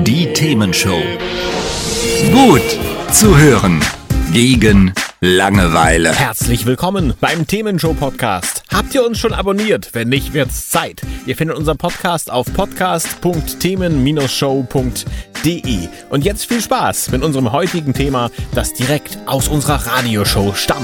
Die Themenshow. Gut zu hören. Gegen Langeweile. Herzlich willkommen beim Themenshow-Podcast. Habt ihr uns schon abonniert? Wenn nicht, wird's Zeit. Ihr findet unseren Podcast auf podcast.themen-show.de. Und jetzt viel Spaß mit unserem heutigen Thema, das direkt aus unserer Radioshow stammt.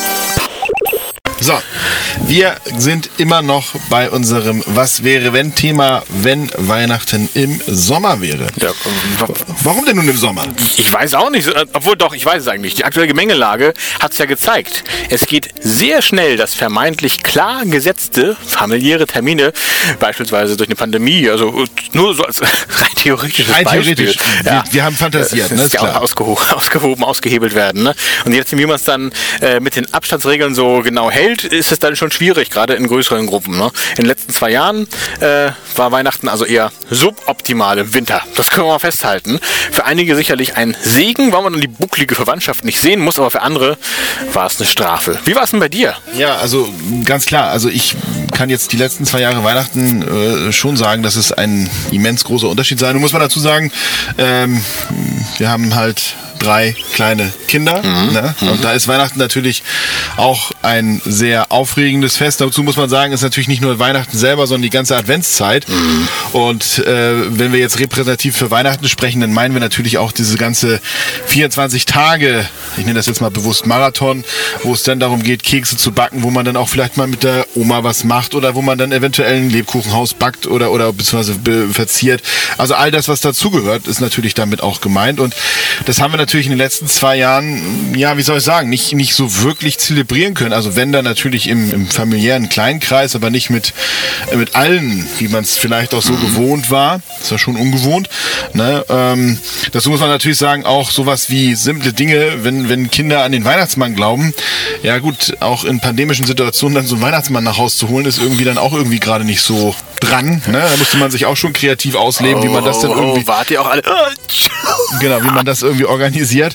So, wir sind immer noch bei unserem Was-wäre-wenn-Thema, wenn Weihnachten im Sommer wäre. Ja, warum denn nun im Sommer? Ich weiß auch nicht, obwohl doch, ich weiß es eigentlich. Die aktuelle Gemengelage hat es ja gezeigt. Es geht sehr schnell, dass vermeintlich klar gesetzte familiäre Termine, beispielsweise durch eine Pandemie, also nur so als rein theoretisches Beispiel. Ja, wir haben fantasiert, ne? Ist ja auch ausgehoben, ausgehebelt werden. Ne? Und jetzt, wie man es dann mit den Abstandsregeln so genau hält, ist es dann schon schwierig, gerade in größeren Gruppen. Ne? In den letzten 2 Jahren war Weihnachten also eher suboptimal im Winter. Das können wir mal festhalten. Für einige sicherlich ein Segen, weil man dann die bucklige Verwandtschaft nicht sehen muss, aber für andere war es eine Strafe. Wie war es denn bei dir? Ja, also ganz klar. Also ich kann jetzt die letzten 2 Jahre Weihnachten schon sagen, dass es ein immens großer Unterschied sein. Nun muss man dazu sagen, wir haben halt 3 kleine Kinder. Ne? Und da ist Weihnachten natürlich auch ein sehr aufregendes Fest. Dazu muss man sagen, ist natürlich nicht nur Weihnachten selber, sondern die ganze Adventszeit. Und wenn wir jetzt repräsentativ für Weihnachten sprechen, dann meinen wir natürlich auch diese ganze 24 Tage, ich nenne das jetzt mal bewusst Marathon, wo es dann darum geht, Kekse zu backen, wo man dann auch vielleicht mal mit der Oma was macht oder wo man dann eventuell ein Lebkuchenhaus backt oder beziehungsweise verziert. Also all das, was dazugehört, ist natürlich damit auch gemeint. Und das haben wir natürlich in den letzten 2 Jahren, ja, wie soll ich sagen, nicht so wirklich zelebrieren können. Also wenn dann natürlich im familiären Kleinkreis, aber nicht mit allen, wie man es vielleicht auch so gewohnt war. Das war schon ungewohnt. Ne? Dazu muss man natürlich sagen, auch sowas wie simple Dinge, wenn Kinder an den Weihnachtsmann glauben. Ja gut, auch in pandemischen Situationen dann so einen Weihnachtsmann nach Hause zu holen, ist irgendwie dann auch irgendwie gerade nicht so dran. Ne? Da musste man sich auch schon kreativ ausleben, wie man das dann irgendwie... wart ihr auch alle... Genau, wie man das irgendwie organisiert.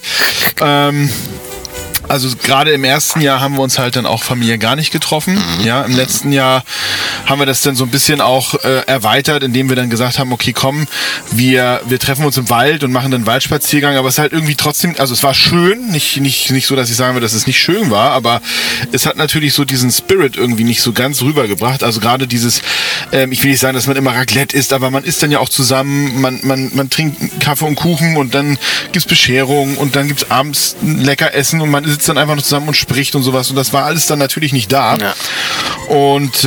Also gerade im ersten Jahr haben wir uns halt dann auch familiär gar nicht getroffen. Ja, im letzten Jahr haben wir das dann so ein bisschen auch erweitert, indem wir dann gesagt haben, okay, komm, wir treffen uns im Wald und machen dann einen Waldspaziergang, aber es ist halt irgendwie trotzdem, also es war schön, nicht so, dass ich sagen will, dass es nicht schön war, aber es hat natürlich so diesen Spirit irgendwie nicht so ganz rübergebracht. Also gerade dieses, ich will nicht sagen, dass man immer Raclette isst, aber man isst dann ja auch zusammen, man trinkt Kaffee und Kuchen und dann gibt's Bescherung und dann gibt's abends ein lecker Essen und man sitzt dann einfach nur zusammen und spricht und sowas und das war alles dann natürlich nicht da. Ja. Und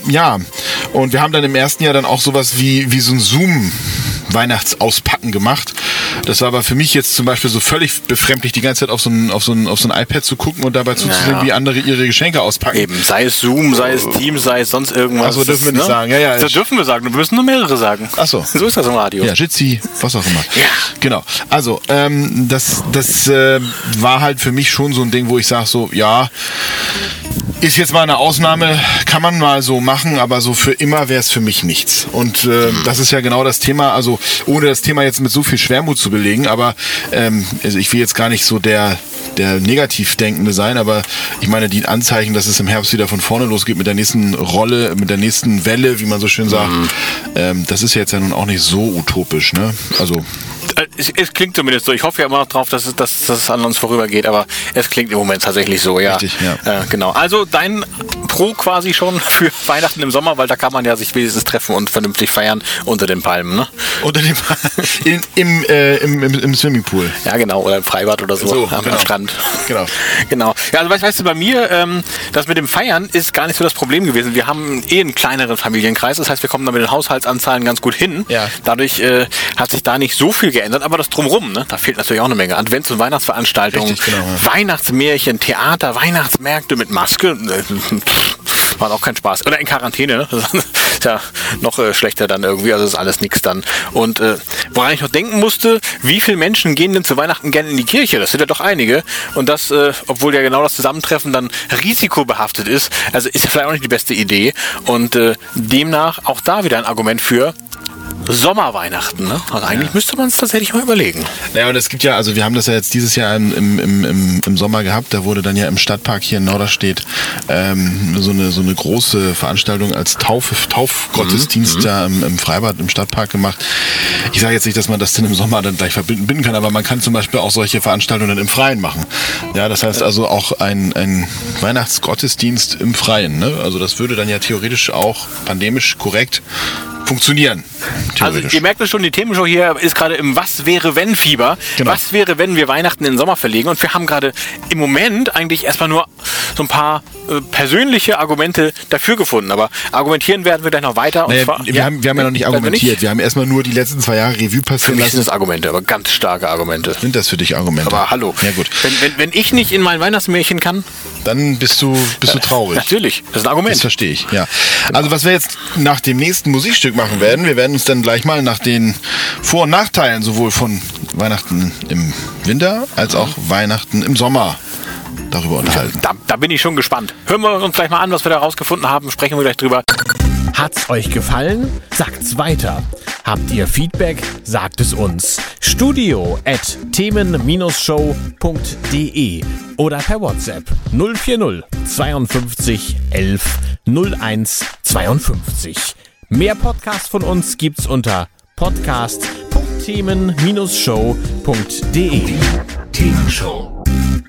und wir haben dann im ersten Jahr dann auch sowas wie so ein Zoom-Weihnachtsauspacken gemacht. Das war aber für mich jetzt zum Beispiel so völlig befremdlich, die ganze Zeit auf so ein iPad zu gucken und dabei zuzusehen, wie andere ihre Geschenke auspacken. Eben, sei es Zoom, sei es Teams, sei es sonst irgendwas. Also dürfen wir nicht sagen. Ja, das dürfen wir sagen, wir müssen nur mehrere sagen. Ach so. So ist das im Radio. Ja, Jitsi, was auch immer. Ja. Genau. Also, das war halt für mich schon so ein Ding, wo ich sage so, ja, ist jetzt mal eine Ausnahme, kann man mal so machen, aber so für immer wäre es für mich nichts. Und das ist ja genau das Thema, also ohne das Thema jetzt mit so viel Schwermut zu belegen, aber also ich will jetzt gar nicht so der Negativdenkende sein, aber ich meine, die Anzeichen, dass es im Herbst wieder von vorne losgeht mit der nächsten Rolle, mit der nächsten Welle, wie man so schön sagt, das ist jetzt ja nun auch nicht so utopisch, ne? Also es klingt zumindest so. Ich hoffe ja immer noch drauf, dass es an uns vorübergeht, aber es klingt im Moment tatsächlich so, ja. Richtig, ja. Genau. Also dein Pro quasi schon für Weihnachten im Sommer, weil da kann man ja sich wenigstens treffen und vernünftig feiern unter den Palmen, ne? Unter den Palmen. Im Swimmingpool. Ja, genau. Oder im Freibad oder so am Strand. Genau. Ja, also weißt du, bei mir, das mit dem Feiern ist gar nicht so das Problem gewesen. Wir haben einen kleineren Familienkreis. Das heißt, wir kommen da mit den Haushaltsanzahlen ganz gut hin. Ja. Dadurch hat sich da nicht so viel geändert, aber das Drumherum, ne? Da fehlt natürlich auch eine Menge. Advents- und Weihnachtsveranstaltungen, richtig, genau, ja. Weihnachtsmärchen, Theater, Weihnachtsmärkte mit Maske. War auch kein Spaß. Oder in Quarantäne, ne? Das ist ja noch schlechter dann irgendwie, also ist alles nix dann. Und woran ich noch denken musste, wie viele Menschen gehen denn zu Weihnachten gerne in die Kirche? Das sind ja doch einige. Und das, obwohl ja genau das Zusammentreffen dann risikobehaftet ist, also ist ja vielleicht auch nicht die beste Idee. Und demnach auch da wieder ein Argument für Sommerweihnachten, ne? Also eigentlich müsste man es tatsächlich mal überlegen. Naja, und es gibt ja, also wir haben das ja jetzt dieses Jahr im Sommer gehabt, da wurde dann ja im Stadtpark hier in Norderstedt so eine große Veranstaltung als Taufgottesdienst da im Freibad, im Stadtpark gemacht. Ich sage jetzt nicht, dass man das dann im Sommer dann gleich verbinden kann, aber man kann zum Beispiel auch solche Veranstaltungen dann im Freien machen. Ja, das heißt also auch ein Weihnachtsgottesdienst im Freien, ne? Also das würde dann ja theoretisch auch pandemisch korrekt funktionieren. Also ihr merkt es schon, die Themenshow hier ist gerade im Was-wäre-wenn-Fieber. Genau. Was wäre, wenn wir Weihnachten in den Sommer verlegen? Und wir haben gerade im Moment eigentlich erstmal nur so ein paar persönliche Argumente dafür gefunden. Aber argumentieren werden wir gleich noch weiter. Und zwar, wir haben ja noch nicht argumentiert. Wir haben erstmal nur die letzten 2 Jahre Revue passieren lassen. Für mich sind das Argumente, aber ganz starke Argumente. Sind das für dich Argumente? Aber hallo. Ja, gut. Wenn ich nicht in mein Weihnachtsmärchen kann, dann bist du traurig. Natürlich, das ist ein Argument. Das verstehe ich, ja. Also was wir jetzt nach dem nächsten Musikstück machen werden, wir werden uns dann gleich mal nach den Vor- und Nachteilen sowohl von Weihnachten im Winter als auch Weihnachten im Sommer darüber unterhalten. Da bin ich schon gespannt. Hören wir uns gleich mal an, was wir da rausgefunden haben. Sprechen wir gleich drüber. Hat's euch gefallen? Sagt's weiter. Habt ihr Feedback? Sagt es uns. studio@themen-show.de oder per WhatsApp 040 52 11 01 52. Mehr Podcasts von uns gibt's unter podcast.themen-show.de. Themenshow.